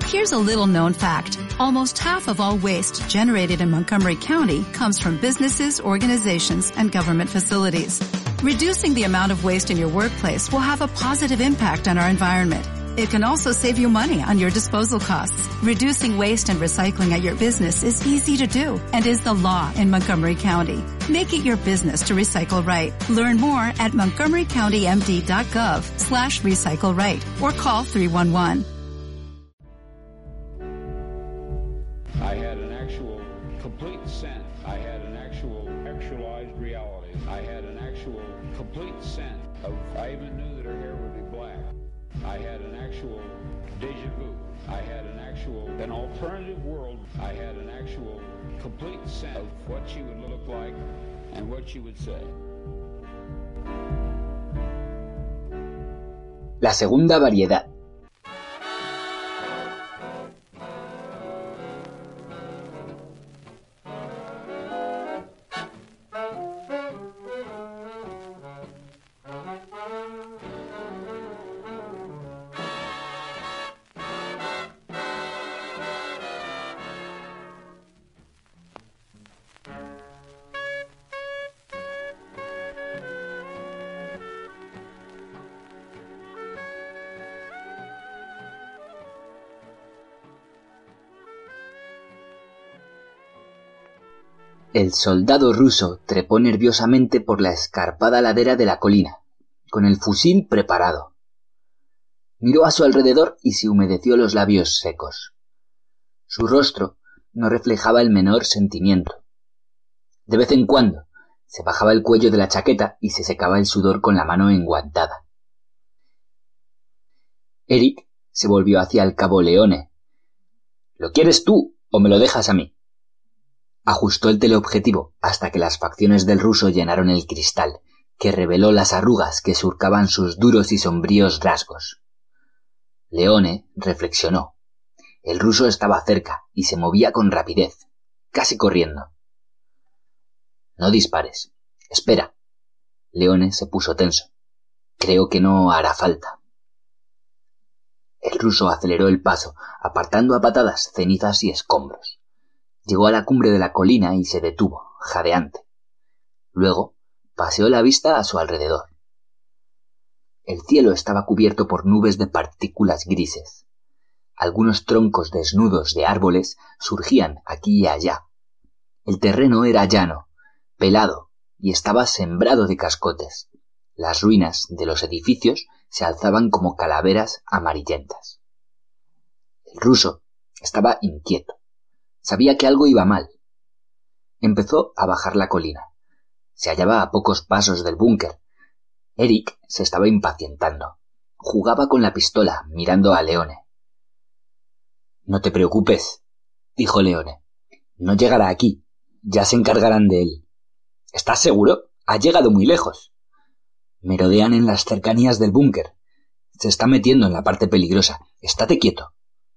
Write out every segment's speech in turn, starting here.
Here's a little-known fact. Almost half of all waste generated in Montgomery County comes from businesses, organizations, and government facilities. Reducing the amount of waste in your workplace will have a positive impact on our environment. It can also save you money on your disposal costs. Reducing waste and recycling at your business is easy to do and is the law in Montgomery County. Make it your business to recycle right. Learn more at montgomerycountymd.gov/recycle right or call 311. I had an actual complete sense. I had an actual actualized reality. I had an actual complete sense of, I even knew that her hair would be black. I had an actual deja vu. I had an alternative world. I had an actual complete sense of what she would look like and what she would say. La segunda variedad. El soldado ruso trepó nerviosamente por la escarpada ladera de la colina, con el fusil preparado. Miró a su alrededor y se humedeció los labios secos. Su rostro no reflejaba el menor sentimiento. De vez en cuando se bajaba el cuello de la chaqueta y se secaba el sudor con la mano enguantada. Eric se volvió hacia el cabo Leone. ¿Lo quieres tú o me lo dejas a mí? Ajustó el teleobjetivo hasta que las facciones del ruso llenaron el cristal, que reveló las arrugas que surcaban sus duros y sombríos rasgos. Leone reflexionó. El ruso estaba cerca y se movía con rapidez, casi corriendo. No dispares. Espera. Leone se puso tenso. Creo que no hará falta. El ruso aceleró el paso, apartando a patadas cenizas y escombros. Llegó a la cumbre de la colina y se detuvo, jadeante. Luego paseó la vista a su alrededor. El cielo estaba cubierto por nubes de partículas grises. Algunos troncos desnudos de árboles surgían aquí y allá. El terreno era llano, pelado, y estaba sembrado de cascotes. Las ruinas de los edificios se alzaban como calaveras amarillentas. El ruso estaba inquieto. Sabía que algo iba mal. Empezó a bajar la colina. Se hallaba a pocos pasos del búnker. Eric se estaba impacientando. Jugaba con la pistola, mirando a Leone. «No te preocupes», dijo Leone. «No llegará aquí. Ya se encargarán de él». «¿Estás seguro? Ha llegado muy lejos». «Merodean en las cercanías del búnker. Se está metiendo en la parte peligrosa. Estate quieto».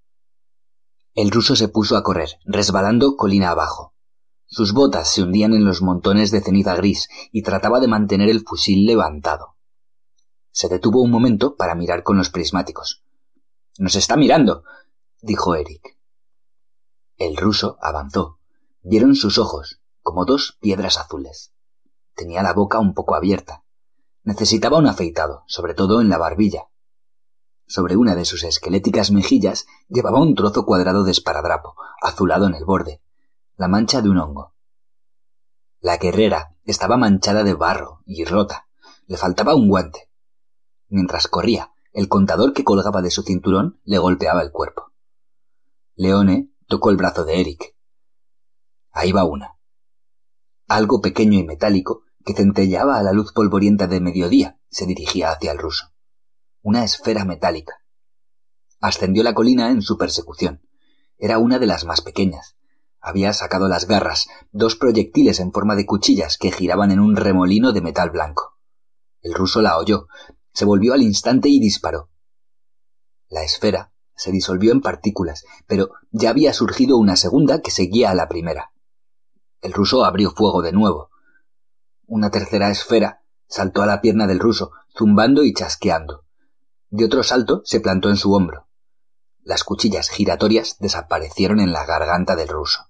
El ruso se puso a correr, resbalando colina abajo. Sus botas se hundían en los montones de ceniza gris y trataba de mantener el fusil levantado. Se detuvo un momento para mirar con los prismáticos. «Nos está mirando», dijo Eric. El ruso avanzó. Vieron sus ojos, como dos piedras azules. Tenía la boca un poco abierta. Necesitaba un afeitado, sobre todo en la barbilla. Sobre una de sus esqueléticas mejillas llevaba un trozo cuadrado de esparadrapo, azulado en el borde, la mancha de un hongo. La guerrera estaba manchada de barro y rota. Le faltaba un guante. Mientras corría, el contador que colgaba de su cinturón le golpeaba el cuerpo. Leone tocó el brazo de Eric. Ahí va una. Algo pequeño y metálico que centelleaba a la luz polvorienta de mediodía se dirigía hacia el ruso. Una esfera metálica. Ascendió la colina en su persecución. Era una de las más pequeñas. Había sacado las garras, dos proyectiles en forma de cuchillas que giraban en un remolino de metal blanco. El ruso la oyó, se volvió al instante y disparó. La esfera se disolvió en partículas, pero ya había surgido una segunda que seguía a la primera. El ruso abrió fuego de nuevo. Una tercera esfera saltó a la pierna del ruso, zumbando y chasqueando. De otro salto se plantó en su hombro. Las cuchillas giratorias desaparecieron en la garganta del ruso.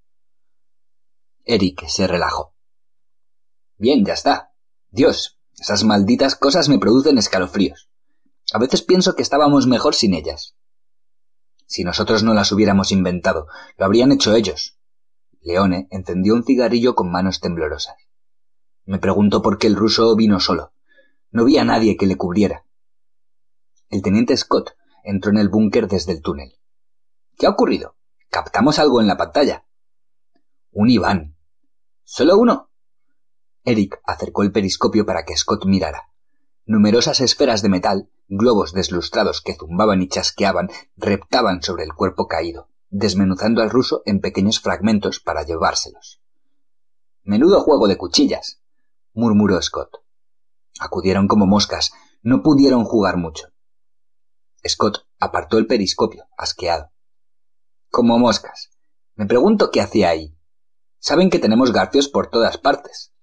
Eric se relajó. Bien, ya está. Dios, esas malditas cosas me producen escalofríos. A veces pienso que estábamos mejor sin ellas. Si nosotros no las hubiéramos inventado, lo habrían hecho ellos. Leone encendió un cigarrillo con manos temblorosas. Me preguntó por qué el ruso vino solo. No vi a nadie que le cubriera. El teniente Scott entró en el búnker desde el túnel. ¿Qué ha ocurrido? Captamos algo en la pantalla. Un Iván. ¿Solo uno? Eric acercó el periscopio para que Scott mirara. Numerosas esferas de metal, globos deslustrados que zumbaban y chasqueaban, reptaban sobre el cuerpo caído, desmenuzando al ruso en pequeños fragmentos para llevárselos. «Menudo juego de cuchillas», murmuró Scott. Acudieron como moscas, no pudieron jugar mucho. Scott apartó el periscopio, asqueado. «Como moscas. Me pregunto qué hacía ahí. Saben que tenemos garfios por todas partes».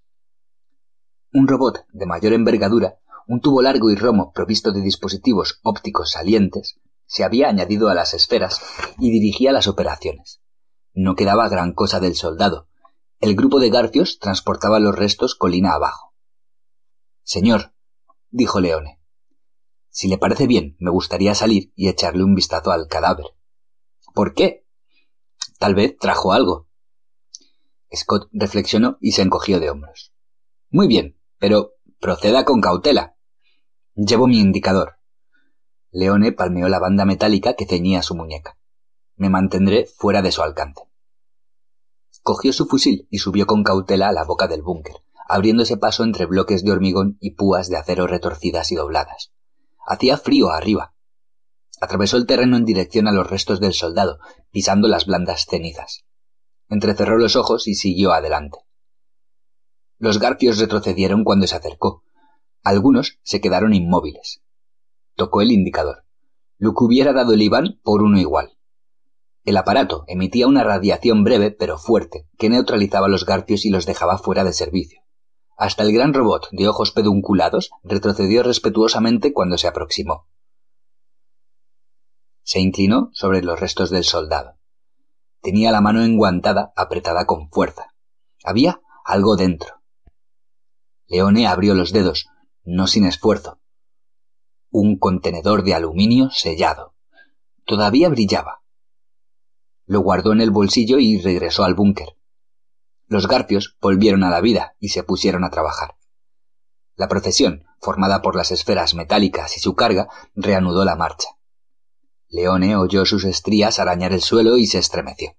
Un robot de mayor envergadura, un tubo largo y romo provisto de dispositivos ópticos salientes, se había añadido a las esferas y dirigía las operaciones. No quedaba gran cosa del soldado. El grupo de garfios transportaba los restos colina abajo. «Señor», dijo Leone, «si le parece bien, me gustaría salir y echarle un vistazo al cadáver». «¿Por qué?» «Tal vez trajo algo». Scott reflexionó y se encogió de hombros. «Muy bien, pero proceda con cautela. Llevo mi indicador». Leone palmeó la banda metálica que ceñía su muñeca. «Me mantendré fuera de su alcance». Cogió su fusil y subió con cautela a la boca del búnker, abriéndose paso entre bloques de hormigón y púas de acero retorcidas y dobladas. Hacía frío arriba. Atravesó el terreno en dirección a los restos del soldado, pisando las blandas cenizas. Entrecerró los ojos y siguió adelante. Los garfios retrocedieron cuando se acercó. Algunos se quedaron inmóviles. Tocó el indicador. Lo que hubiera dado el Iván por uno igual. El aparato emitía una radiación breve pero fuerte que neutralizaba a los garfios y los dejaba fuera de servicio. Hasta el gran robot de ojos pedunculados retrocedió respetuosamente cuando se aproximó. Se inclinó sobre los restos del soldado. Tenía la mano enguantada, apretada con fuerza. Había algo dentro. Leone abrió los dedos, no sin esfuerzo. Un contenedor de aluminio sellado. Todavía brillaba. Lo guardó en el bolsillo y regresó al búnker. Los garfios volvieron a la vida y se pusieron a trabajar. La procesión, formada por las esferas metálicas y su carga, reanudó la marcha. Leone oyó sus estrías arañar el suelo y se estremeció.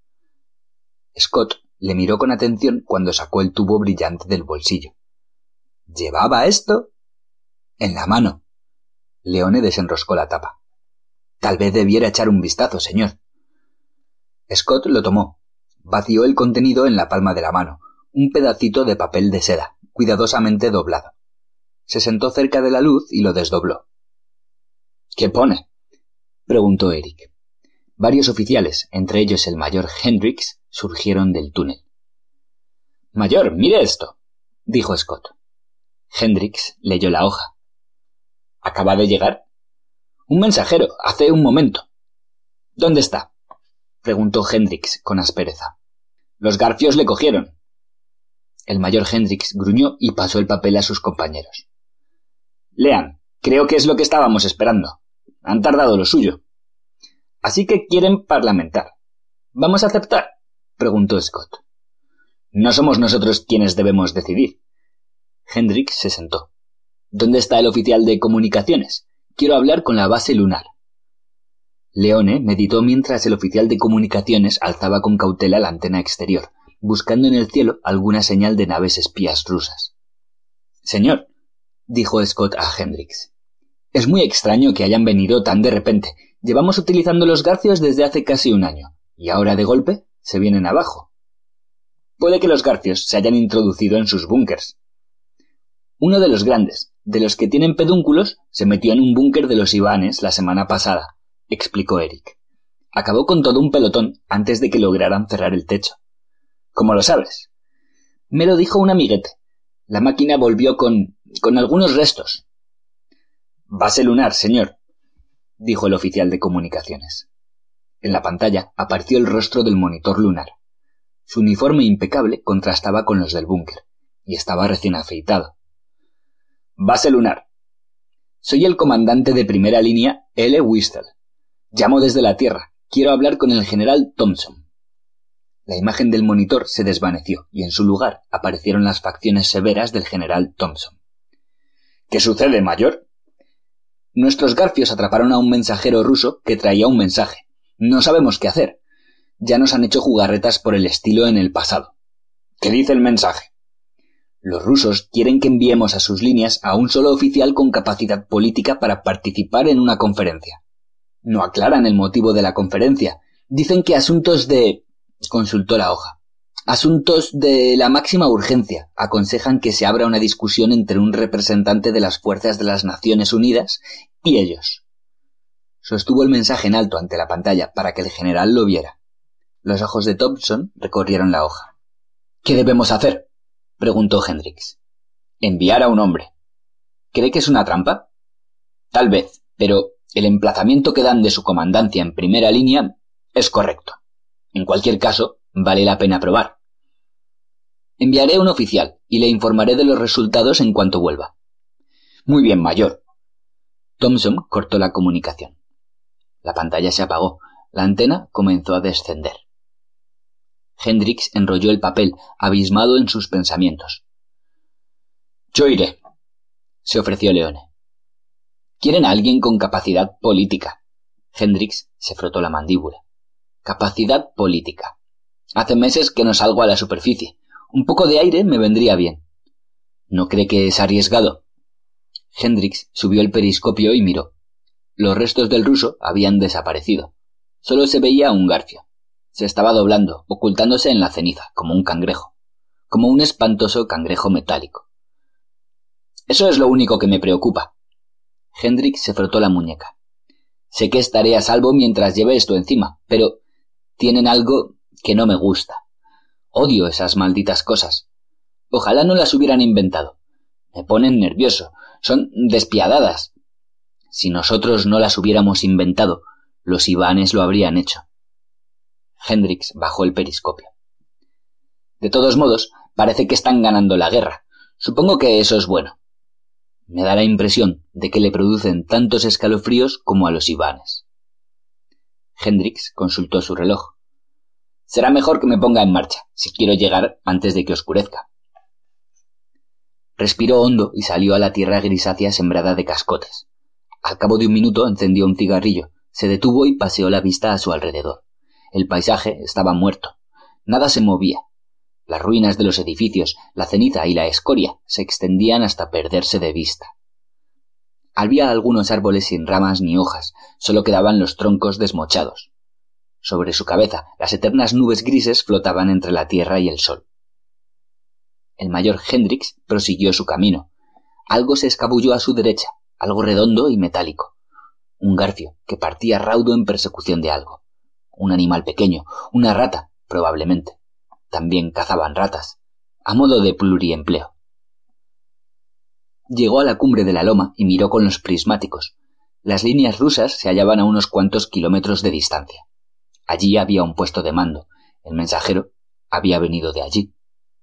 Scott le miró con atención cuando sacó el tubo brillante del bolsillo. ¿Llevaba esto? En la mano. Leone desenroscó la tapa. Tal vez debiera echar un vistazo, señor. Scott lo tomó. Vació el contenido en la palma de la mano, un pedacito de papel de seda, cuidadosamente doblado. Se sentó cerca de la luz y lo desdobló. ¿Qué pone?, preguntó Eric. Varios oficiales, entre ellos el mayor Hendricks, surgieron del túnel. «Mayor, mire esto», dijo Scott. Hendricks leyó la hoja. «¿Acaba de llegar?» «Un mensajero, hace un momento». «¿Dónde está?», preguntó Hendricks con aspereza. «Los garfios le cogieron». El mayor Hendricks gruñó y pasó el papel a sus compañeros. «Lean, creo que es lo que estábamos esperando. Han tardado lo suyo. Así que quieren parlamentar. ¿Vamos a aceptar?», preguntó Scott. «No somos nosotros quienes debemos decidir». Hendricks se sentó. «¿Dónde está el oficial de comunicaciones? Quiero hablar con la base lunar». Leone meditó mientras el oficial de comunicaciones alzaba con cautela la antena exterior, buscando en el cielo alguna señal de naves espías rusas. «Señor», dijo Scott a Hendricks, «es muy extraño que hayan venido tan de repente. Llevamos utilizando los garfios desde hace casi un año, y ahora de golpe se vienen abajo. Puede que los garfios se hayan introducido en sus búnkers. Uno de los grandes, de los que tienen pedúnculos, se metió en un búnker de los Ivanes la semana pasada», explicó Eric. «Acabó con todo un pelotón antes de que lograran cerrar el techo». «¿Cómo lo sabes?» «Me lo dijo un amiguete. La máquina volvió con algunos restos». «Base lunar, señor». dijo el oficial de comunicaciones. En la pantalla apareció el rostro del monitor lunar. Su uniforme impecable contrastaba con los del búnker, y estaba recién afeitado. Base lunar. Soy el comandante de primera línea, L. Whistle. Llamo desde la Tierra. Quiero hablar con el general Thompson. La imagen del monitor se desvaneció y en su lugar aparecieron las facciones severas del general Thompson. ¿Qué sucede, mayor? Nuestros garfios atraparon a un mensajero ruso que traía un mensaje. No sabemos qué hacer. Ya nos han hecho jugarretas por el estilo en el pasado. ¿Qué dice el mensaje? Los rusos quieren que enviemos a sus líneas a un solo oficial con capacidad política para participar en una conferencia. No aclaran el motivo de la conferencia. Dicen que asuntos de... Consultó la hoja. Asuntos de la máxima urgencia. Aconsejan que se abra una discusión entre un representante de las fuerzas de las Naciones Unidas y ellos. Sostuvo el mensaje en alto ante la pantalla para que el general lo viera. Los ojos de Thompson recorrieron la hoja. ¿Qué debemos hacer?, preguntó Hendricks. Enviar a un hombre. ¿Cree que es una trampa? Tal vez, pero el emplazamiento que dan de su comandancia en primera línea es correcto. En cualquier caso, vale la pena probar. Enviaré un oficial y le informaré de los resultados en cuanto vuelva. Muy bien, mayor. Thompson cortó la comunicación. La pantalla se apagó. La antena comenzó a descender. Hendricks enrolló el papel, abismado en sus pensamientos. Yo iré, se ofreció Leone. Quieren a alguien con capacidad política. Hendricks se frotó la mandíbula. Capacidad política. Hace meses que no salgo a la superficie. Un poco de aire me vendría bien. ¿No cree que es arriesgado? Hendricks subió el periscopio y miró. Los restos del ruso habían desaparecido. Solo se veía un garfio. Se estaba doblando, ocultándose en la ceniza, como un cangrejo. Como un espantoso cangrejo metálico. Eso es lo único que me preocupa. Hendricks se frotó la muñeca. Sé que estaré a salvo mientras lleve esto encima, pero tienen algo que no me gusta. Odio esas malditas cosas. Ojalá no las hubieran inventado. Me ponen nervioso. Son despiadadas. Si nosotros no las hubiéramos inventado, los Ivanes lo habrían hecho. Hendricks bajó el periscopio. De todos modos, parece que están ganando la guerra. Supongo que eso es bueno. Me da la impresión de que le producen tantos escalofríos como a los Ivanes. Hendricks consultó su reloj. Será mejor que me ponga en marcha, si quiero llegar antes de que oscurezca. Respiró hondo y salió a la tierra grisácea sembrada de cascotes. Al cabo de un minuto encendió un cigarrillo, se detuvo y paseó la vista a su alrededor. El paisaje estaba muerto. Nada se movía. Las ruinas de los edificios, la ceniza y la escoria se extendían hasta perderse de vista. Había algunos árboles sin ramas ni hojas, solo quedaban los troncos desmochados. Sobre su cabeza, las eternas nubes grises flotaban entre la tierra y el sol. El mayor Hendricks prosiguió su camino. Algo se escabulló a su derecha, algo redondo y metálico. Un garfio que partía raudo en persecución de algo. Un animal pequeño, una rata, probablemente. También cazaban ratas, a modo de pluriempleo. Llegó a la cumbre de la loma y miró con los prismáticos. Las líneas rusas se hallaban a unos cuantos kilómetros de distancia. Allí había un puesto de mando. El mensajero había venido de allí.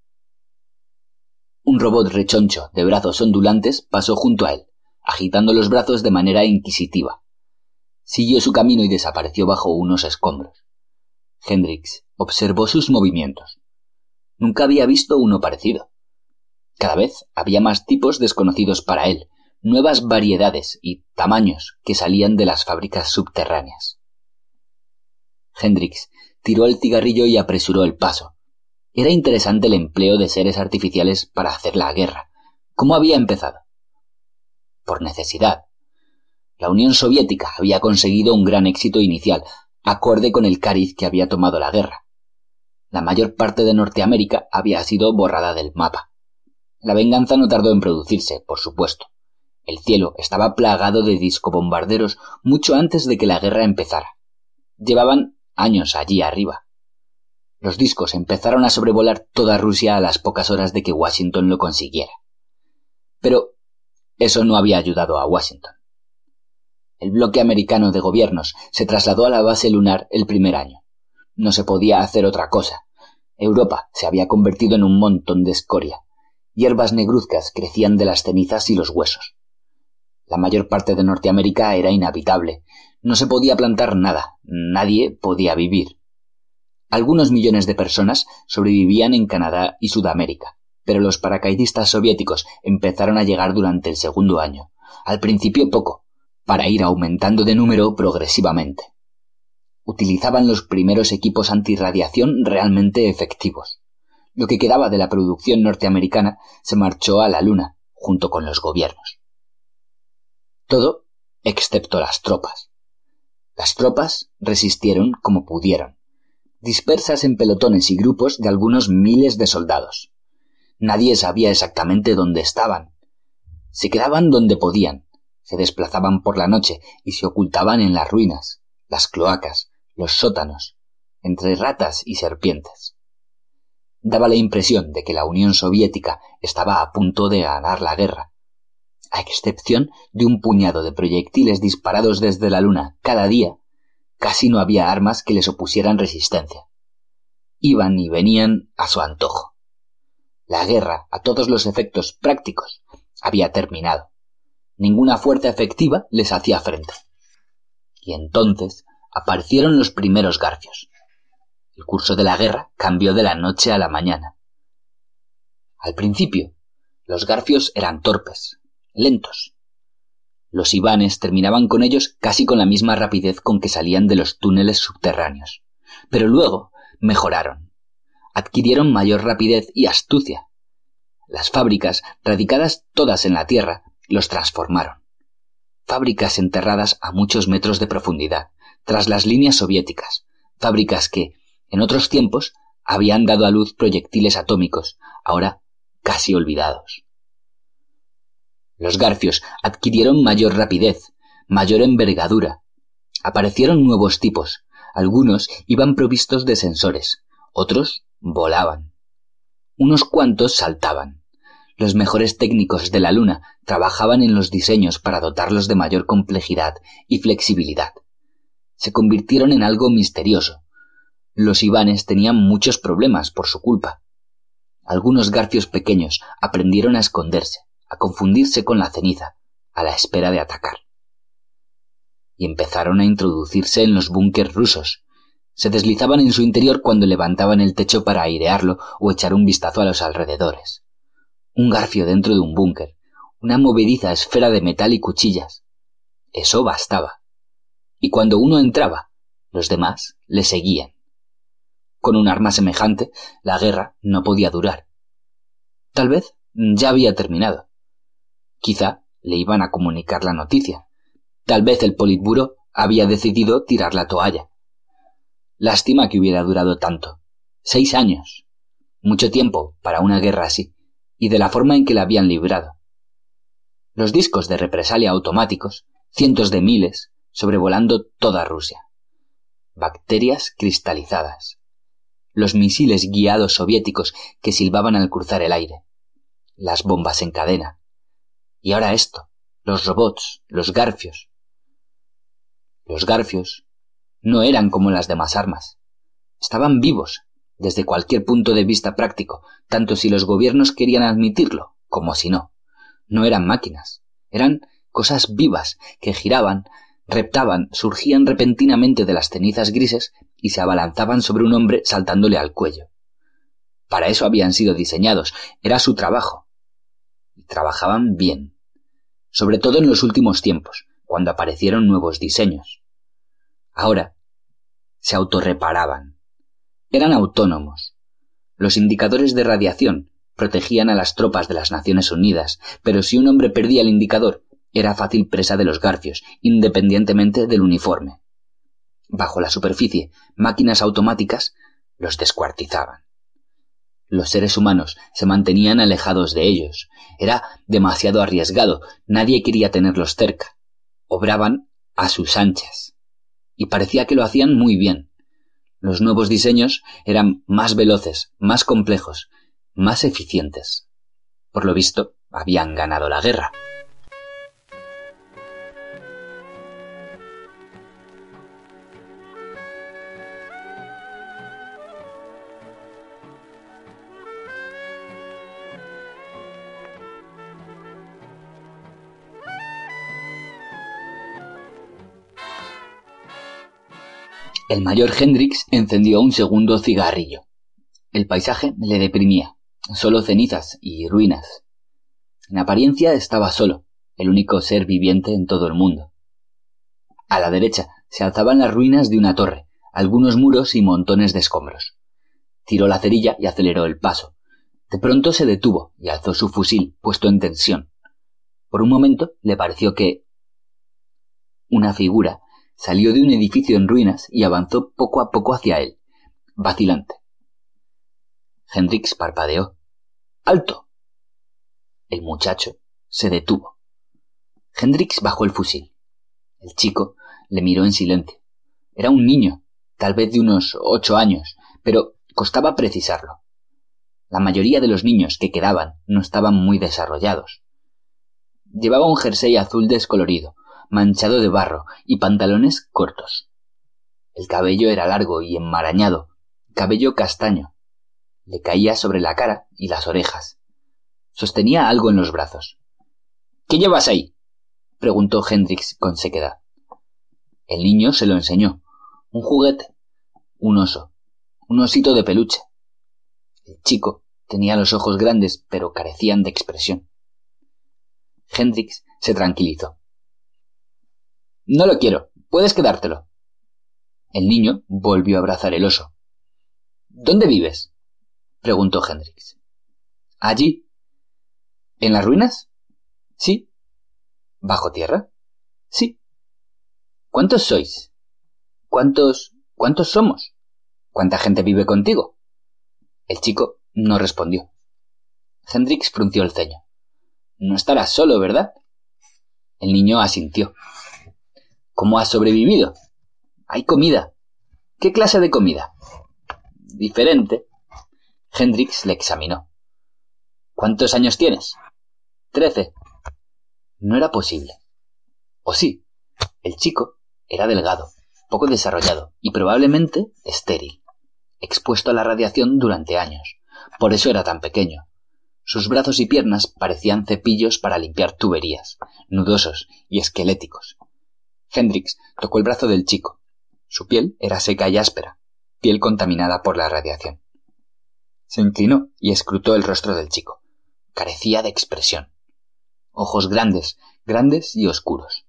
Un robot rechoncho de brazos ondulantes pasó junto a él, agitando los brazos de manera inquisitiva. Siguió su camino y desapareció bajo unos escombros. Hendricks observó sus movimientos. Nunca había visto uno parecido. Cada vez había más tipos desconocidos para él, nuevas variedades y tamaños que salían de las fábricas subterráneas. Hendricks tiró el cigarrillo y apresuró el paso. Era interesante el empleo de seres artificiales para hacer la guerra. ¿Cómo había empezado? Por necesidad. La Unión Soviética había conseguido un gran éxito inicial, acorde con el cariz que había tomado la guerra. La mayor parte de Norteamérica había sido borrada del mapa. La venganza no tardó en producirse, por supuesto. El cielo estaba plagado de discobombarderos mucho antes de que la guerra empezara. Llevaban años allí arriba. Los discos empezaron a sobrevolar toda Rusia a las pocas horas de que Washington lo consiguiera. Pero eso no había ayudado a Washington. El bloque americano de gobiernos se trasladó a la base lunar el primer año. No se podía hacer otra cosa. Europa se había convertido en un montón de escoria. Hierbas negruzcas crecían de las cenizas y los huesos. La mayor parte de Norteamérica era inhabitable. No se podía plantar nada. Nadie podía vivir. Algunos millones de personas sobrevivían en Canadá y Sudamérica, pero los paracaidistas soviéticos empezaron a llegar durante el segundo año. Al principio poco, para ir aumentando de número progresivamente. Utilizaban los primeros equipos antirradiación realmente efectivos. Lo que quedaba de la producción norteamericana se marchó a la Luna, junto con los gobiernos. Todo excepto las tropas. Las tropas resistieron como pudieron, dispersas en pelotones y grupos de algunos miles de soldados. Nadie sabía exactamente dónde estaban. Se quedaban donde podían, se desplazaban por la noche y se ocultaban en las ruinas, las cloacas, los sótanos, entre ratas y serpientes. Daba la impresión de que la Unión Soviética estaba a punto de ganar la guerra, a excepción de un puñado de proyectiles disparados desde la Luna cada día. Casi no había armas que les opusieran resistencia. Iban y venían a su antojo. La guerra, a todos los efectos prácticos, había terminado. Ninguna fuerza efectiva les hacía frente. Y entonces aparecieron los primeros garfios. El curso de la guerra cambió de la noche a la mañana. Al principio, los garfios eran torpes, lentos. Los ivanes terminaban con ellos casi con la misma rapidez con que salían de los túneles subterráneos. Pero luego mejoraron. Adquirieron mayor rapidez y astucia. Las fábricas, radicadas todas en la tierra, los transformaron. Fábricas enterradas a muchos metros de profundidad, tras las líneas soviéticas. Fábricas que, en otros tiempos, habían dado a luz proyectiles atómicos, ahora casi olvidados. Los garfios adquirieron mayor rapidez, mayor envergadura. Aparecieron nuevos tipos. Algunos iban provistos de sensores, otros volaban. Unos cuantos saltaban. Los mejores técnicos de la Luna trabajaban en los diseños para dotarlos de mayor complejidad y flexibilidad. Se convirtieron en algo misterioso. Los ivanes tenían muchos problemas por su culpa. Algunos garfios pequeños aprendieron a esconderse, a confundirse con la ceniza, a la espera de atacar. Y empezaron a introducirse en los búnkers rusos. Se deslizaban en su interior cuando levantaban el techo para airearlo o echar un vistazo a los alrededores. Un garfio dentro de un búnker, una movediza esfera de metal y cuchillas. Eso bastaba. Y cuando uno entraba, los demás le seguían. Con un arma semejante, la guerra no podía durar. Tal vez ya había terminado. Quizá le iban a comunicar la noticia. Tal vez el Politburó había decidido tirar la toalla. Lástima que hubiera durado tanto. 6 años. Mucho tiempo para una guerra así, y de la forma en que la habían librado. Los discos de represalia automáticos, cientos de miles, sobrevolando toda Rusia. Bacterias cristalizadas. Los misiles guiados soviéticos que silbaban al cruzar el aire. Las bombas en cadena. Y ahora esto, los robots, los garfios. Los garfios no eran como las demás armas. Estaban vivos, desde cualquier punto de vista práctico, tanto si los gobiernos querían admitirlo, como si no. No eran máquinas, eran cosas vivas que giraban, reptaban, surgían repentinamente de las cenizas grises y se abalanzaban sobre un hombre saltándole al cuello. Para eso habían sido diseñados, era su trabajo. Y trabajaban bien, sobre todo en los últimos tiempos, cuando aparecieron nuevos diseños. Ahora se autorreparaban. Eran autónomos. Los indicadores de radiación protegían a las tropas de las Naciones Unidas, pero si un hombre perdía el indicador, era fácil presa de los garfios, independientemente del uniforme. Bajo la superficie, máquinas automáticas los descuartizaban. Los seres humanos se mantenían alejados de ellos. Era demasiado arriesgado, nadie quería tenerlos cerca. Obraban a sus anchas. Y parecía que lo hacían muy bien. Los nuevos diseños eran más veloces, más complejos, más eficientes. Por lo visto, habían ganado la guerra. El mayor Hendrix encendió un segundo cigarrillo. El paisaje le deprimía, solo cenizas y ruinas. En apariencia estaba solo, el único ser viviente en todo el mundo. A la derecha se alzaban las ruinas de una torre, algunos muros y montones de escombros. Tiró la cerilla y aceleró el paso. De pronto se detuvo y alzó su fusil, puesto en tensión. Por un momento le pareció que una figura salió de un edificio en ruinas y avanzó poco a poco hacia él, vacilante. Hendrix parpadeó. ¡Alto! El muchacho se detuvo. Hendrix bajó el fusil. El chico le miró en silencio. Era un niño, tal vez de unos 8 años, pero costaba precisarlo. La mayoría de los niños que quedaban no estaban muy desarrollados. Llevaba un jersey azul descolorido, manchado de barro, y pantalones cortos. El cabello era largo y enmarañado, cabello castaño. Le caía sobre la cara y las orejas. Sostenía algo en los brazos. —¿Qué llevas ahí? —preguntó Hendrix con sequedad. El niño se lo enseñó. Un juguete. Un oso. Un osito de peluche. El chico tenía los ojos grandes, pero carecían de expresión. Hendrix se tranquilizó. —No lo quiero. Puedes quedártelo. El niño volvió a abrazar el oso. —¿Dónde vives? —preguntó Hendrix. —Allí. —¿En las ruinas? —Sí. —¿Bajo tierra? —Sí. —¿Cuántos sois? ¿Cuántos somos? ¿Cuánta gente vive contigo? El chico no respondió. Hendrix frunció el ceño. —No estarás solo, ¿verdad? El niño asintió. —¿Cómo has sobrevivido? —Hay comida. —¿Qué clase de comida? —Diferente. Hendrix le examinó. —¿Cuántos años tienes? 13. No era posible. ¿O sí? El chico era delgado, poco desarrollado y probablemente estéril, expuesto a la radiación durante años. Por eso era tan pequeño. Sus brazos y piernas parecían cepillos para limpiar tuberías, nudosos y esqueléticos. Hendrix tocó el brazo del chico. Su piel era seca y áspera, piel contaminada por la radiación. Se inclinó y escrutó el rostro del chico. Carecía de expresión. Ojos grandes, grandes y oscuros.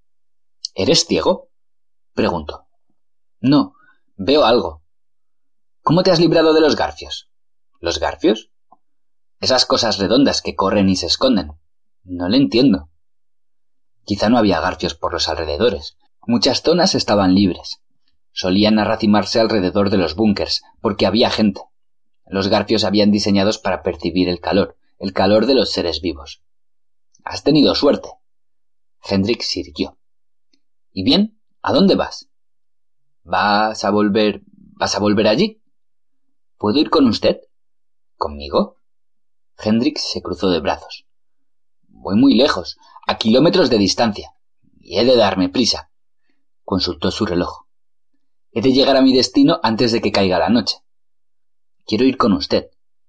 —¿Eres ciego? —preguntó. —No, veo algo. —¿Cómo te has librado de los garfios? —¿Los garfios? —Esas cosas redondas que corren y se esconden. No le entiendo. Quizá no había garfios por los alrededores. Muchas zonas estaban libres. Solían arracimarse alrededor de los búnkers, porque había gente. Los garfios habían diseñados para percibir el calor de los seres vivos. —Has tenido suerte. Hendrix se irguió. —¿Y bien? ¿A dónde vas? ¿Vas a volver allí? ¿Puedo ir con usted? ¿Conmigo? Hendrix se cruzó de brazos. Voy muy lejos, a kilómetros de distancia, y he de darme prisa. Consultó su reloj. He de llegar a mi destino antes de que caiga la noche. Quiero ir con usted.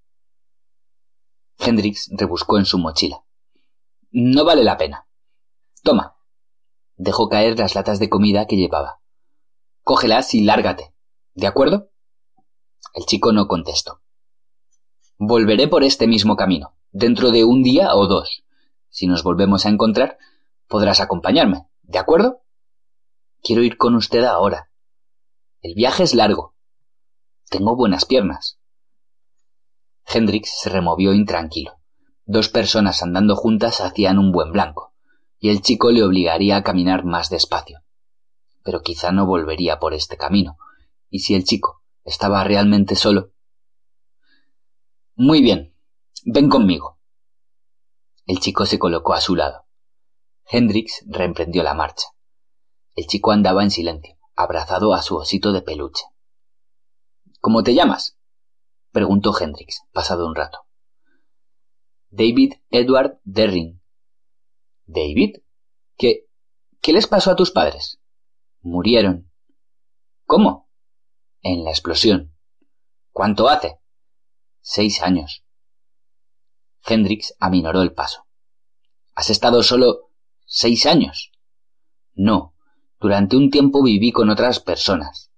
Hendrix rebuscó en su mochila. No vale la pena. Toma. Dejó caer las latas de comida que llevaba. Cógelas y lárgate. ¿De acuerdo? El chico no contestó. Volveré por este mismo camino, dentro de un día o 2. Si nos volvemos a encontrar, podrás acompañarme. ¿De acuerdo? Quiero ir con usted ahora. El viaje es largo. Tengo buenas piernas. Hendrix se removió intranquilo. 2 personas andando juntas hacían un buen blanco, y el chico le obligaría a caminar más despacio. Pero quizá no volvería por este camino, y si el chico estaba realmente solo... Muy bien, ven conmigo. El chico se colocó a su lado. Hendrix reemprendió la marcha. El chico andaba en silencio, abrazado a su osito de peluche. ¿Cómo te llamas? Preguntó Hendrix, pasado un rato. David Edward Derring. ¿David? ¿Qué les pasó a tus padres? Murieron. ¿Cómo? En la explosión. ¿Cuánto hace? 6 años. Hendrix aminoró el paso. ¿Has estado solo 6 años? No, durante un tiempo viví con otras personas.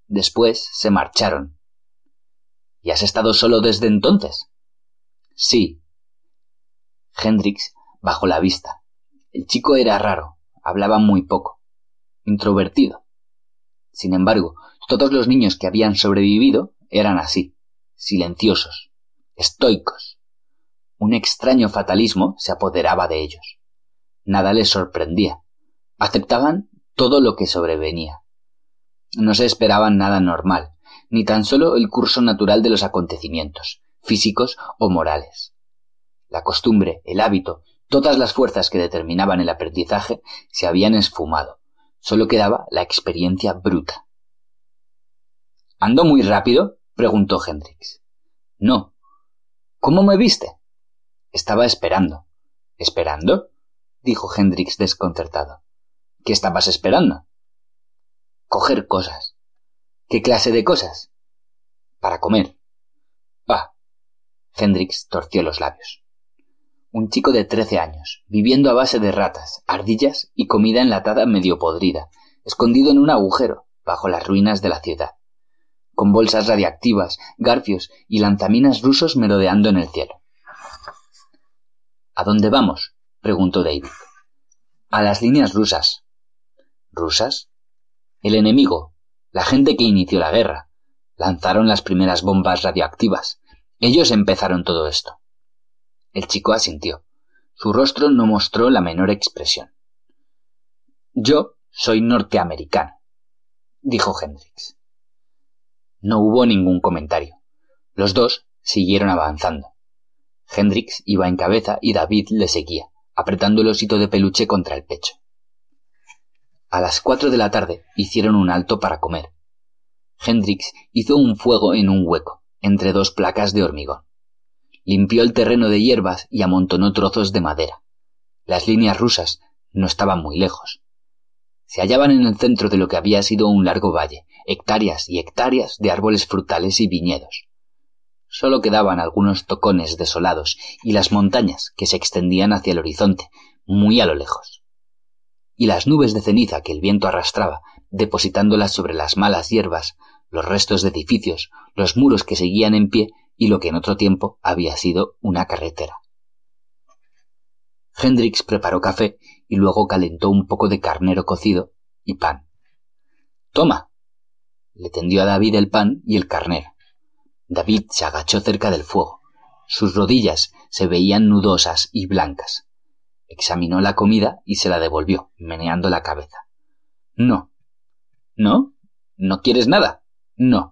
Después se marcharon. ¿Y has estado solo desde entonces? Sí. Hendrix bajó la vista. El chico era raro, hablaba muy poco, introvertido. Sin embargo, todos los niños que habían sobrevivido eran así, silenciosos, estoicos. Un extraño fatalismo se apoderaba de ellos. Nada les sorprendía. Aceptaban todo lo que sobrevenía. No se esperaban nada normal, ni tan solo el curso natural de los acontecimientos, físicos o morales. La costumbre, el hábito, todas las fuerzas que determinaban el aprendizaje se habían esfumado. Solo quedaba la experiencia bruta. ¿Ando muy rápido?, preguntó Hendrix. No. ¿Cómo me viste? Estaba esperando. ¿Esperando?, dijo Hendrix desconcertado. ¿Qué estabas esperando? Coger cosas. ¿Qué clase de cosas? Para comer. Ah. Hendrix torció los labios. Un chico de 13 años, viviendo a base de ratas, ardillas y comida enlatada medio podrida, escondido en un agujero, bajo las ruinas de la ciudad, con bolsas radiactivas, garfios y lanzaminas rusos merodeando en el cielo. ¿A dónde vamos?, preguntó David. A las líneas rusas. ¿Rusas? El enemigo, la gente que inició la guerra, lanzaron las primeras bombas radioactivas. Ellos empezaron todo esto. El chico asintió. Su rostro no mostró la menor expresión. Yo soy norteamericano, dijo Hendrix. No hubo ningún comentario. Los dos siguieron avanzando. Hendrix iba en cabeza y David le seguía, apretando el osito de peluche contra el pecho. A las 4 de la tarde hicieron un alto para comer. Hendrix hizo un fuego en un hueco, entre 2 placas de hormigón. Limpió el terreno de hierbas y amontonó trozos de madera. Las líneas rusas no estaban muy lejos. Se hallaban en el centro de lo que había sido un largo valle, hectáreas y hectáreas de árboles frutales y viñedos. Solo quedaban algunos tocones desolados y las montañas que se extendían hacia el horizonte, muy a lo lejos. Y las nubes de ceniza que el viento arrastraba, depositándolas sobre las malas hierbas, los restos de edificios, los muros que seguían en pie y lo que en otro tiempo había sido una carretera. Hendrix preparó café y luego calentó un poco de carnero cocido y pan. «Toma». Le tendió a David el pan y el carnero. David se agachó cerca del fuego. Sus rodillas se veían nudosas y blancas. Examinó la comida y se la devolvió, meneando la cabeza. «No». «¿No? ¿No quieres nada?» «No».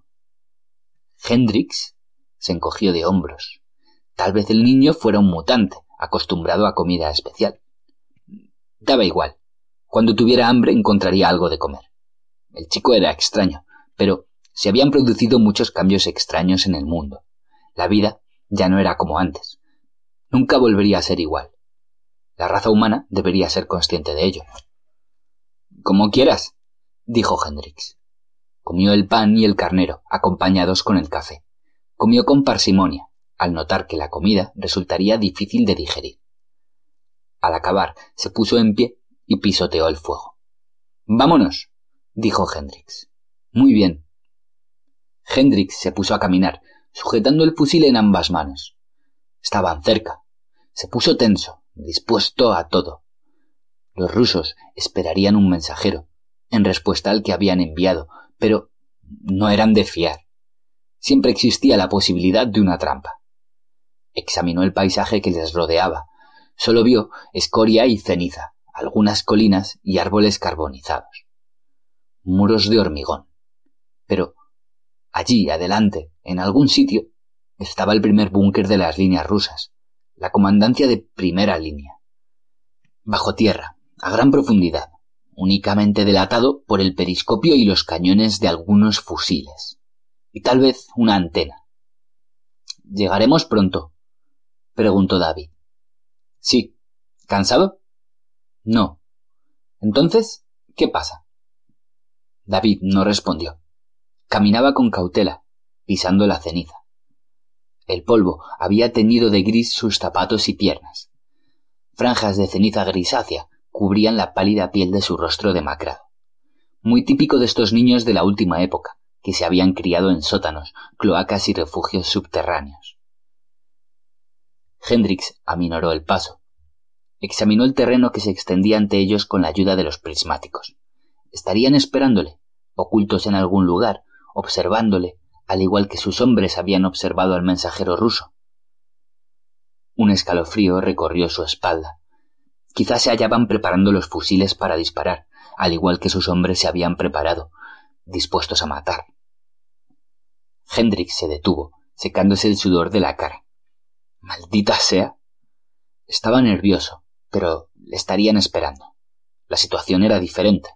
Hendrix se encogió de hombros. Tal vez el niño fuera un mutante, acostumbrado a comida especial. Daba igual. Cuando tuviera hambre encontraría algo de comer. El chico era extraño, pero se habían producido muchos cambios extraños en el mundo. La vida ya no era como antes. Nunca volvería a ser igual. La raza humana debería ser consciente de ello. «Como quieras», dijo Hendrix. Comió el pan y el carnero, acompañados con el café. Comió con parsimonia, al notar que la comida resultaría difícil de digerir. Al acabar, se puso en pie y pisoteó el fuego. «Vámonos», dijo Hendrix. «Muy bien». Hendrix se puso a caminar, sujetando el fusil en ambas manos. Estaban cerca. Se puso tenso, dispuesto a todo. Los rusos esperarían un mensajero, en respuesta al que habían enviado, pero no eran de fiar. Siempre existía la posibilidad de una trampa. Examinó el paisaje que les rodeaba. Solo vio escoria y ceniza, algunas colinas y árboles carbonizados. Muros de hormigón. Pero allí, adelante, en algún sitio, estaba el primer búnker de las líneas rusas, la comandancia de primera línea. Bajo tierra, a gran profundidad, únicamente delatado por el periscopio y los cañones de algunos fusiles. Y tal vez una antena. «¿Llegaremos pronto?», preguntó David. «Sí». «¿Cansado?» «No». «Entonces, ¿qué pasa?» David no respondió. Caminaba con cautela, pisando la ceniza. El polvo había teñido de gris sus zapatos y piernas. Franjas de ceniza grisácea cubrían la pálida piel de su rostro demacrado. Muy típico de estos niños de la última época, que se habían criado en sótanos, cloacas y refugios subterráneos. Hendrix aminoró el paso. Examinó el terreno que se extendía ante ellos con la ayuda de los prismáticos. Estarían esperándole, ocultos en algún lugar, observándole, al igual que sus hombres habían observado al mensajero ruso. Un escalofrío recorrió su espalda. Quizás se hallaban preparando los fusiles para disparar, al igual que sus hombres se habían preparado, dispuestos a matar. Hendrix se detuvo, secándose el sudor de la cara. ¡Maldita sea! Estaba nervioso, pero le estarían esperando. La situación era diferente.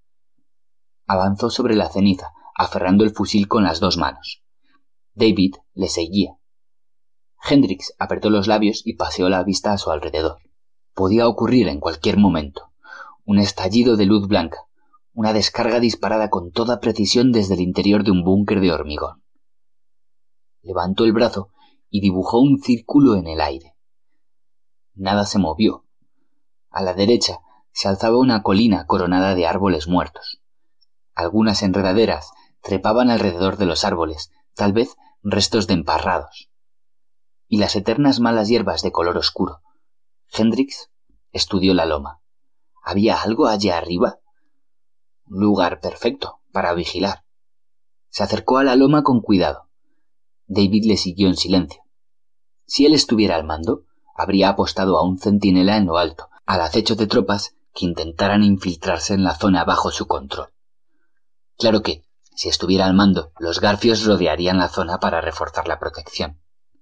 Avanzó sobre la ceniza, aferrando el fusil con las 2 manos. David le seguía. Hendrix apretó los labios y paseó la vista a su alrededor. Podía ocurrir en cualquier momento. Un estallido de luz blanca, una descarga disparada con toda precisión desde el interior de un búnker de hormigón. Levantó el brazo y dibujó un círculo en el aire. Nada se movió. A la derecha se alzaba una colina coronada de árboles muertos. Algunas enredaderas trepaban alrededor de los árboles, tal vez restos de emparrados. Y las eternas malas hierbas de color oscuro. Hendrix estudió la loma. ¿Había algo allá arriba? Un lugar perfecto para vigilar. Se acercó a la loma con cuidado. David le siguió en silencio. Si él estuviera al mando, habría apostado a un centinela en lo alto, al acecho de tropas que intentaran infiltrarse en la zona bajo su control. Claro que, si estuviera al mando, los garfios rodearían la zona para reforzar la protección.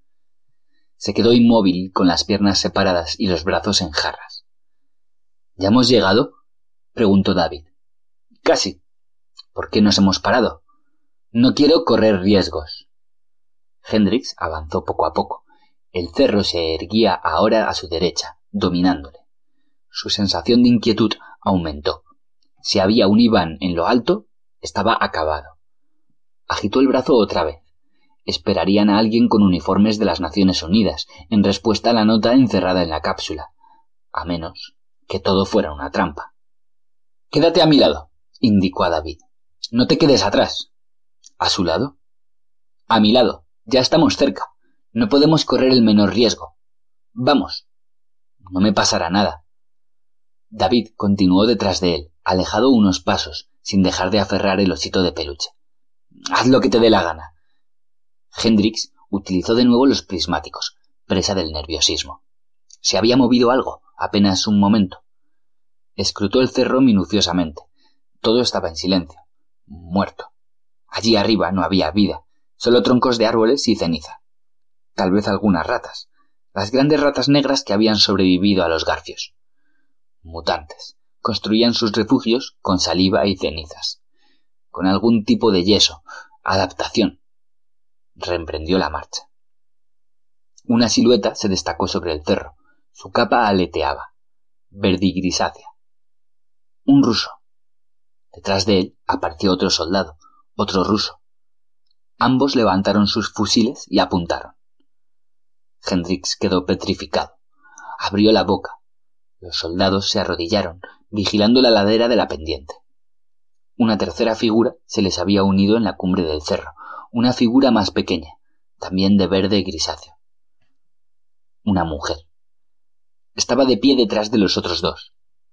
Se quedó inmóvil, con las piernas separadas y los brazos en jarras. ¿Ya hemos llegado?, preguntó David. Casi. ¿Por qué nos hemos parado? No quiero correr riesgos. Hendrix avanzó poco a poco. El cerro se erguía ahora a su derecha, dominándole. Su sensación de inquietud aumentó. Si había un Iván en lo alto, estaba acabado. Agitó el brazo otra vez. Esperarían a alguien con uniformes de las Naciones Unidas, en respuesta a la nota encerrada en la cápsula. A menos que todo fuera una trampa. «Quédate a mi lado», indicó a David. «No te quedes atrás». ¿A su lado? «A mi lado. Ya estamos cerca. No podemos correr el menor riesgo. Vamos». «No me pasará nada». David continuó detrás de él, alejado unos pasos, sin dejar de aferrar el osito de peluche. «Haz lo que te dé la gana». Hendrix utilizó de nuevo los prismáticos, presa del nerviosismo. Se había movido algo, apenas un momento. Escrutó el cerro minuciosamente. Todo estaba en silencio, muerto. Allí arriba no había vida, solo troncos de árboles y ceniza. Tal vez algunas ratas, las grandes ratas negras que habían sobrevivido a los garfios. Mutantes, construían sus refugios con saliva y cenizas. Con algún tipo de yeso, adaptación. Reemprendió la marcha. Una silueta se destacó sobre el cerro. Su capa aleteaba, verdigrisácea. Un ruso. Detrás de él apareció otro soldado, otro ruso. Ambos levantaron sus fusiles y apuntaron. Hendrix quedó petrificado. Abrió la boca. Los soldados se arrodillaron, vigilando la ladera de la pendiente. Una tercera figura se les había unido en la cumbre del cerro, una figura más pequeña, también de verde grisáceo. Una mujer. Estaba de pie detrás de los otros dos.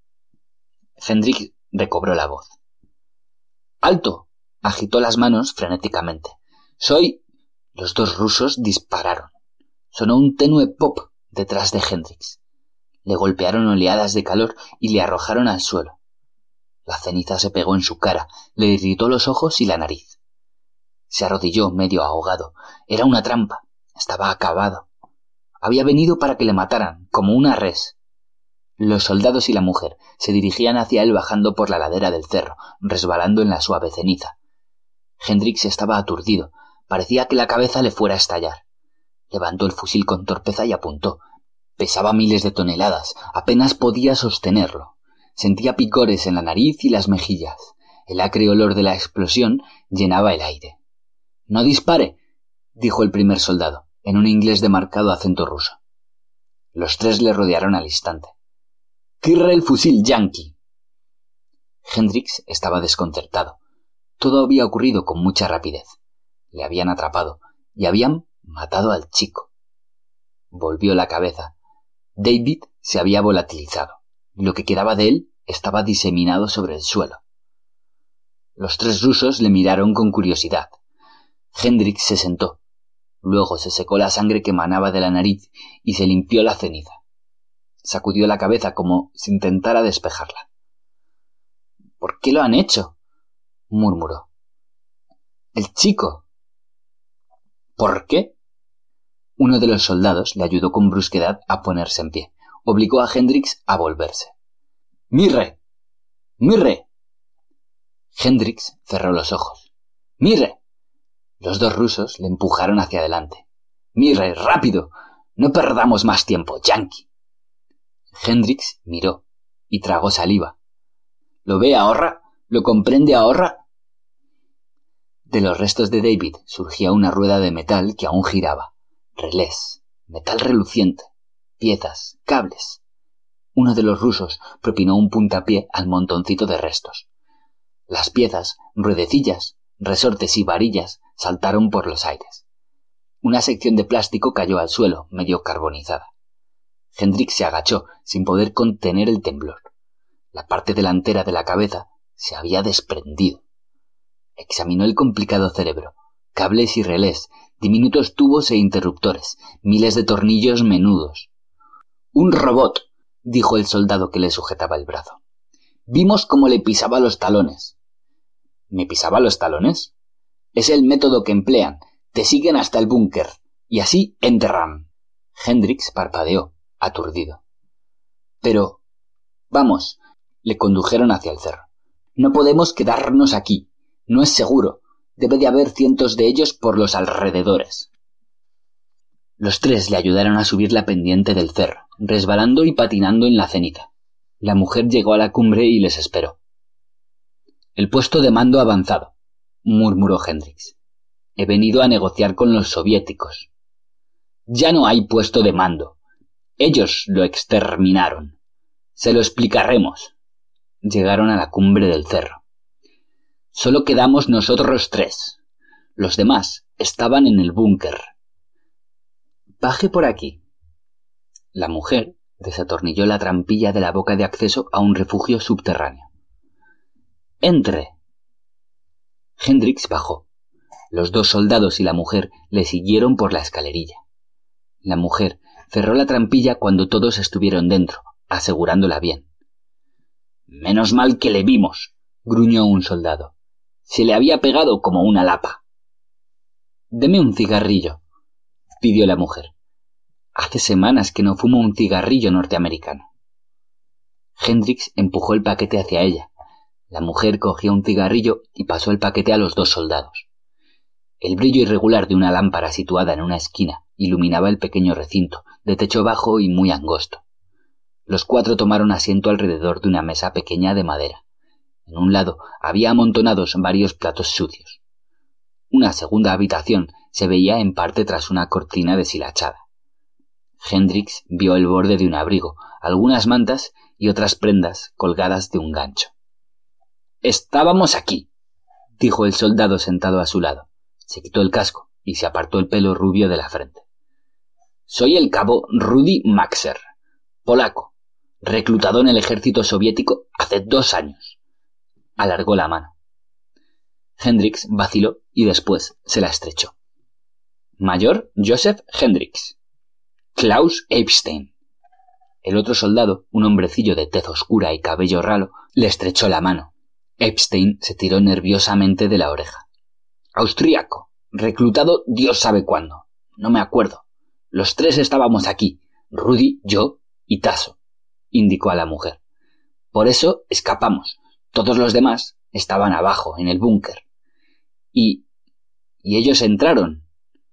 Hendrix recobró la voz. ¡Alto! Agitó las manos frenéticamente. ¡Soy! Los dos rusos dispararon. Sonó un tenue pop detrás de Hendrix. Le golpearon oleadas de calor y le arrojaron al suelo. La ceniza se pegó en su cara, le irritó los ojos y la nariz. Se arrodilló medio ahogado. Era una trampa. Estaba acabado. Había venido para que le mataran, como una res. Los soldados y la mujer se dirigían hacia él bajando por la ladera del cerro, resbalando en la suave ceniza. Hendrix estaba aturdido. Parecía que la cabeza le fuera a estallar. Levantó el fusil con torpeza y apuntó. Pesaba miles de toneladas. Apenas podía sostenerlo. Sentía picores en la nariz y las mejillas. El acre olor de la explosión llenaba el aire. «No dispare», dijo el primer soldado, en un inglés de marcado acento ruso. Los tres le rodearon al instante. «¡Quirre el fusil, yankee!». Hendrix estaba desconcertado. Todo había ocurrido con mucha rapidez. Le habían atrapado y habían matado al chico. Volvió la cabeza. David se había volatilizado. Lo que quedaba de él estaba diseminado sobre el suelo. Los 3 rusos le miraron con curiosidad. Hendricks se sentó. Luego se secó la sangre que manaba de la nariz y se limpió la ceniza. Sacudió la cabeza como si intentara despejarla. —¿Por qué lo han hecho? —murmuró. —El chico. —¿Por qué? Uno de los soldados le ayudó con brusquedad a ponerse en pie. Obligó a Hendricks a volverse. —¡Mirre! ¡Mirre! Hendricks cerró los ojos. —¡Mirre! Los 2 rusos le empujaron hacia adelante. —¡Mirre, rápido! No perdamos más tiempo, Yankee. Hendricks miró y tragó saliva. —¿Lo ve ahora? ¿Lo comprende ahora? De los restos de David surgía una rueda de metal que aún giraba. Relés, metal reluciente, piezas, cables. Uno de los rusos propinó un puntapié al montoncito de restos. Las piezas, ruedecillas, resortes y varillas saltaron por los aires. Una sección de plástico cayó al suelo, medio carbonizada. Hendricks se agachó, sin poder contener el temblor. La parte delantera de la cabeza se había desprendido. Examinó el complicado cerebro, cables y relés, diminutos tubos e interruptores, miles de tornillos menudos. —¡Un robot! —dijo el soldado que le sujetaba el brazo. —Vimos cómo le pisaba los talones. —¿Me pisaba los talones? Es el método que emplean. Te siguen hasta el búnker y así enterran. Hendricks parpadeó, aturdido. —Pero... Vamos. Le condujeron hacia el cerro. No podemos quedarnos aquí. No es seguro. Debe de haber cientos de ellos por los alrededores. Los 3 le ayudaron a subir la pendiente del cerro, resbalando y patinando en la ceniza. La mujer llegó a la cumbre y les esperó. —El puesto de mando avanzado —murmuró Hendricks—. He venido a negociar con los soviéticos. —Ya no hay puesto de mando. Ellos lo exterminaron. Se lo explicaremos. Llegaron a la cumbre del cerro. Solo quedamos nosotros 3. Los demás estaban en el búnker. —Baje por aquí. La mujer desatornilló la trampilla de la boca de acceso a un refugio subterráneo. —Entre. Hendricks bajó. Los 2 soldados y la mujer le siguieron por la escalerilla. La mujer cerró la trampilla cuando todos estuvieron dentro, asegurándola bien. —Menos mal que le vimos —gruñó un soldado—. Se le había pegado como una lapa. —Deme un cigarrillo —pidió la mujer. Hace semanas que no fumo un cigarrillo norteamericano. Hendricks empujó el paquete hacia ella. La mujer cogió un cigarrillo y pasó el paquete a los 2 soldados. El brillo irregular de una lámpara situada en una esquina iluminaba el pequeño recinto, de techo bajo y muy angosto. Los 4 tomaron asiento alrededor de una mesa pequeña de madera. En un lado había amontonados varios platos sucios. Una segunda habitación se veía en parte tras una cortina deshilachada. Hendricks vio el borde de un abrigo, algunas mantas y otras prendas colgadas de un gancho. —Estábamos aquí —dijo el soldado sentado a su lado. Se quitó el casco y se apartó el pelo rubio de la frente. —Soy el cabo Rudy Maxer, polaco, reclutado en el ejército soviético hace 2 años. Alargó la mano. Hendricks vaciló y después se la estrechó. —Mayor Joseph Hendricks. Klaus Epstein. El otro soldado, un hombrecillo de tez oscura y cabello ralo, le estrechó la mano. Epstein se tiró nerviosamente de la oreja. —Austríaco, reclutado Dios sabe cuándo. No me acuerdo. Los 3 estábamos aquí, Rudy, yo y Tasso —indicó a la mujer. Por eso escapamos. Todos los demás estaban abajo, en el búnker. Y ellos entraron.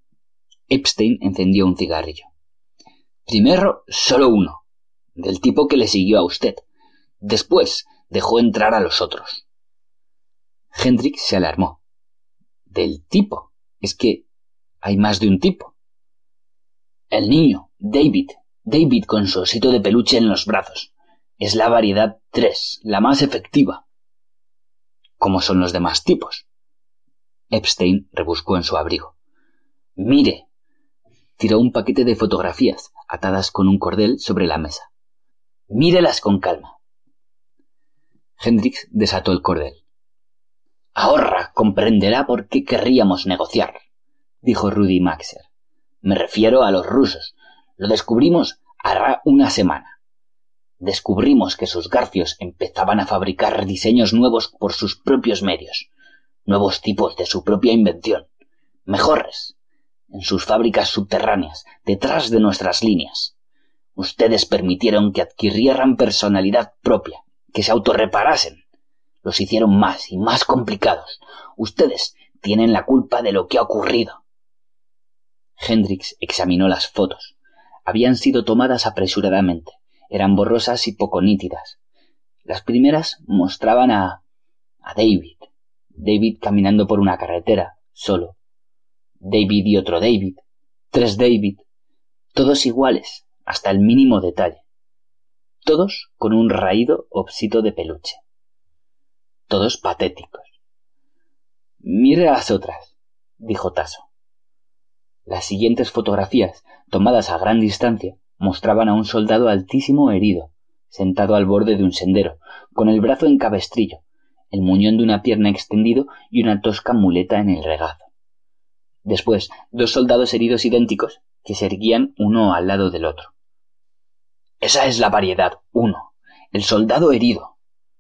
Epstein encendió un cigarrillo. Primero, solo uno, del tipo que le siguió a usted. Después dejó entrar a los otros. Hendricks se alarmó. ¿Del tipo? Es que hay más de un tipo. El niño, David con su osito de peluche en los brazos. Es la variedad 3, la más efectiva. ¿Cómo son los demás tipos? Epstein rebuscó en su abrigo. «Mire». Tiró un paquete de fotografías atadas con un cordel sobre la mesa. «Mírelas con calma». Hendricks desató el cordel. «Ahora comprenderá por qué querríamos negociar», dijo Rudy Maxer. «Me refiero a los rusos. Lo descubrimos hará una semana. Descubrimos que sus garfios empezaban a fabricar diseños nuevos por sus propios medios, nuevos tipos de su propia invención, mejores, en sus fábricas subterráneas, detrás de nuestras líneas. Ustedes permitieron que adquirieran personalidad propia, que se autorreparasen. Los hicieron más y más complicados. Ustedes tienen la culpa de lo que ha ocurrido». Hendricks examinó las fotos. Habían sido tomadas apresuradamente. Eran borrosas y poco nítidas. Las primeras mostraban a David caminando por una carretera, solo. David y otro David, 3 David, todos iguales, hasta el mínimo detalle. Todos con un raído obsito de peluche. Todos patéticos. «Mire las otras», dijo Tasso. Las siguientes fotografías, tomadas a gran distancia, mostraban a un soldado altísimo herido, sentado al borde de un sendero, con el brazo en cabestrillo, el muñón de una pierna extendido y una tosca muleta en el regazo. Después, 2 soldados heridos idénticos que se erguían uno al lado del otro. «Esa es la variedad 1, el soldado herido».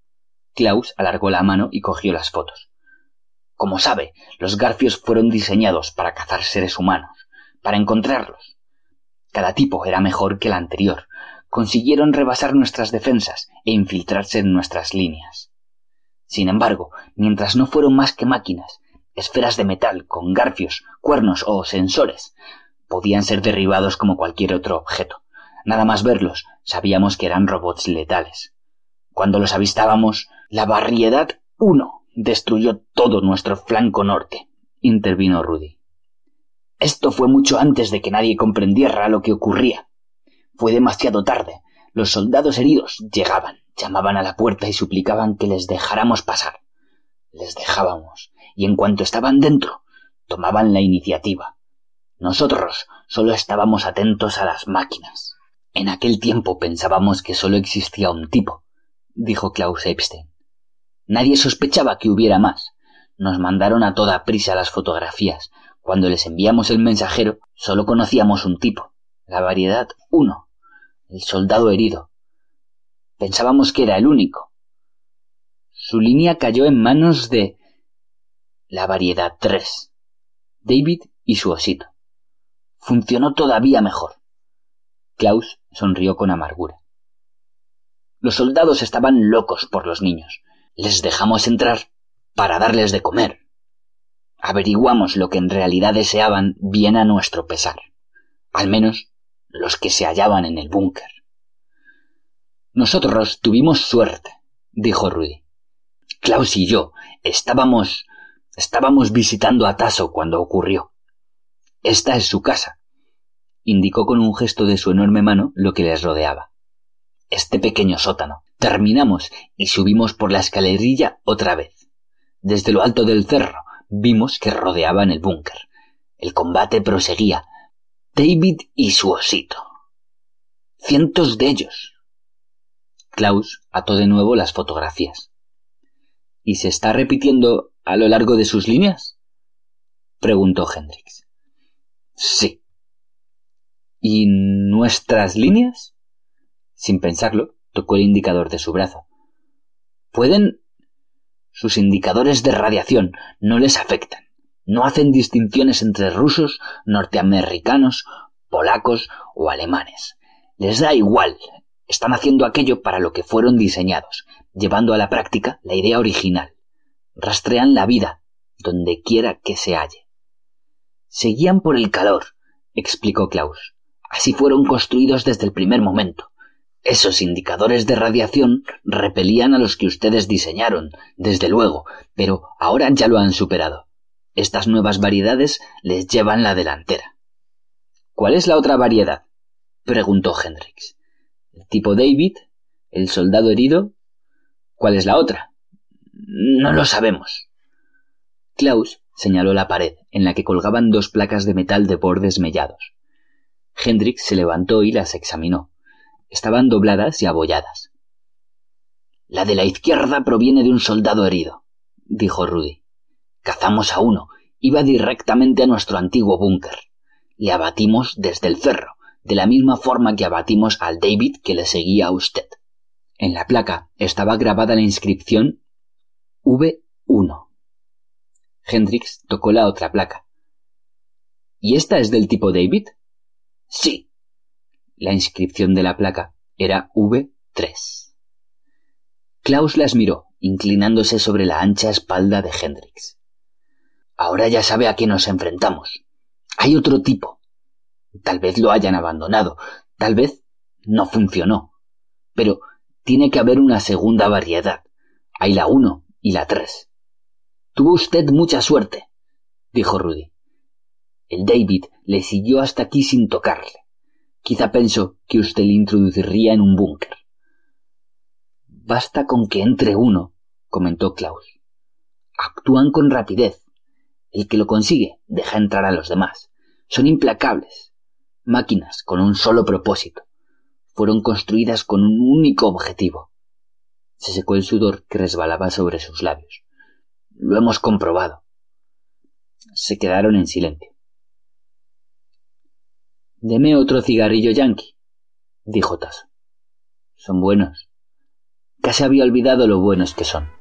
Klaus alargó la mano y cogió las fotos. «Como sabe, los garfios fueron diseñados para cazar seres humanos, para encontrarlos. Cada tipo era mejor que el anterior. Consiguieron rebasar nuestras defensas e infiltrarse en nuestras líneas. Sin embargo, mientras no fueron más que máquinas, esferas de metal con garfios, cuernos o sensores, podían ser derribados como cualquier otro objeto. Nada más verlos, sabíamos que eran robots letales. Cuando los avistábamos, la variedad 1 destruyó todo nuestro flanco norte», intervino Rudy. «Esto fue mucho antes de que nadie comprendiera lo que ocurría. Fue demasiado tarde. Los soldados heridos llegaban, llamaban a la puerta y suplicaban que les dejáramos pasar. Les dejábamos, y en cuanto estaban dentro, tomaban la iniciativa. Nosotros solo estábamos atentos a las máquinas. En aquel tiempo pensábamos que solo existía un tipo», dijo Klaus Epstein. «Nadie sospechaba que hubiera más. Nos mandaron a toda prisa las fotografías. Cuando les enviamos el mensajero, solo conocíamos un tipo, la variedad 1, el soldado herido. Pensábamos que era el único. Su línea cayó en manos de la variedad 3, David y su osito. Funcionó todavía mejor». Klaus sonrió con amargura. «Los soldados estaban locos por los niños. Les dejamos entrar para darles de comer. Averiguamos lo que en realidad deseaban bien a nuestro pesar, al menos los que se hallaban en el búnker». «Nosotros tuvimos suerte», dijo Rudy. «Klaus y yo estábamos visitando a Tasso cuando ocurrió. Esta es su casa», indicó con un gesto de su enorme mano lo que les rodeaba. «Este pequeño sótano. Terminamos y subimos por la escalerilla otra vez. Desde lo alto del cerro vimos que rodeaban el búnker. El combate proseguía. David y su osito. Cientos de ellos». Klaus ató de nuevo las fotografías. «¿Y se está repitiendo a lo largo de sus líneas?», preguntó Hendricks. «Sí». «¿Y nuestras líneas?». Sin pensarlo, tocó el indicador de su brazo. «¿Pueden? Sus indicadores de radiación no les afectan. No hacen distinciones entre rusos, norteamericanos, polacos o alemanes. Les da igual. Están haciendo aquello para lo que fueron diseñados, llevando a la práctica la idea original. Rastrean la vida, donde quiera que se halle». «Se guían por el calor», explicó Klaus. «Así fueron construidos desde el primer momento. Esos indicadores de radiación repelían a los que ustedes diseñaron, desde luego, pero ahora ya lo han superado. Estas nuevas variedades les llevan la delantera». «¿Cuál es la otra variedad?», preguntó Hendricks. «¿El tipo David? ¿El soldado herido? ¿Cuál es la otra?». «No lo sabemos». Klaus señaló la pared, en la que colgaban 2 placas de metal de bordes mellados. Hendricks se levantó y las examinó. Estaban dobladas y abolladas. «La de la izquierda proviene de un soldado herido», dijo Rudy. «Cazamos a uno. Iba directamente a nuestro antiguo búnker. Le abatimos desde el cerro, de la misma forma que abatimos al David que le seguía a usted». En la placa estaba grabada la inscripción V1. Hendricks tocó la otra placa. «¿Y esta es del tipo David?» «Sí». La inscripción de la placa era V3. Klaus las miró, inclinándose sobre la ancha espalda de Hendricks. «Ahora ya sabe a qué nos enfrentamos. Hay otro tipo. Tal vez lo hayan abandonado, tal vez no funcionó. Pero tiene que haber una segunda variedad. Hay la 1 y la 3. Tuvo usted mucha suerte», dijo Rudy. «El David le siguió hasta aquí sin tocarle. Quizá pensó que usted le introduciría en un búnker». «Basta con que entre uno», comentó Klaus. «Actúan con rapidez. El que lo consigue deja entrar a los demás. Son implacables. Máquinas con un solo propósito. Fueron construidas con un único objetivo». Se secó el sudor que resbalaba sobre sus labios. «Lo hemos comprobado». Se quedaron en silencio. «Deme otro cigarrillo yankee», dijo Tasso. «Son buenos. Casi había olvidado lo buenos que son».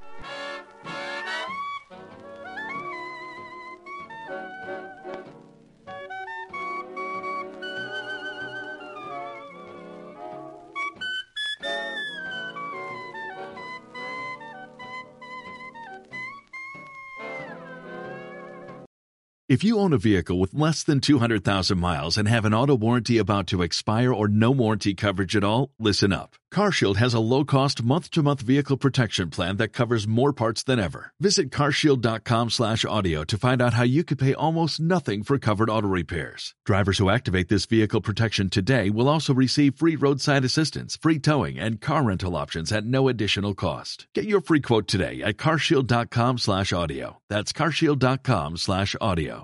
If you own a vehicle with less than 200,000 miles and have an auto warranty about to expire or no warranty coverage at all, listen up. CarShield has a low-cost month-to-month vehicle protection plan that covers more parts than ever. Visit carshield.com/audio to find out how you could pay almost nothing for covered auto repairs. Drivers who activate this vehicle protection today will also receive free roadside assistance, free towing, and car rental options at no additional cost. Get your free quote today at carshield.com/audio. That's carshield.com/audio.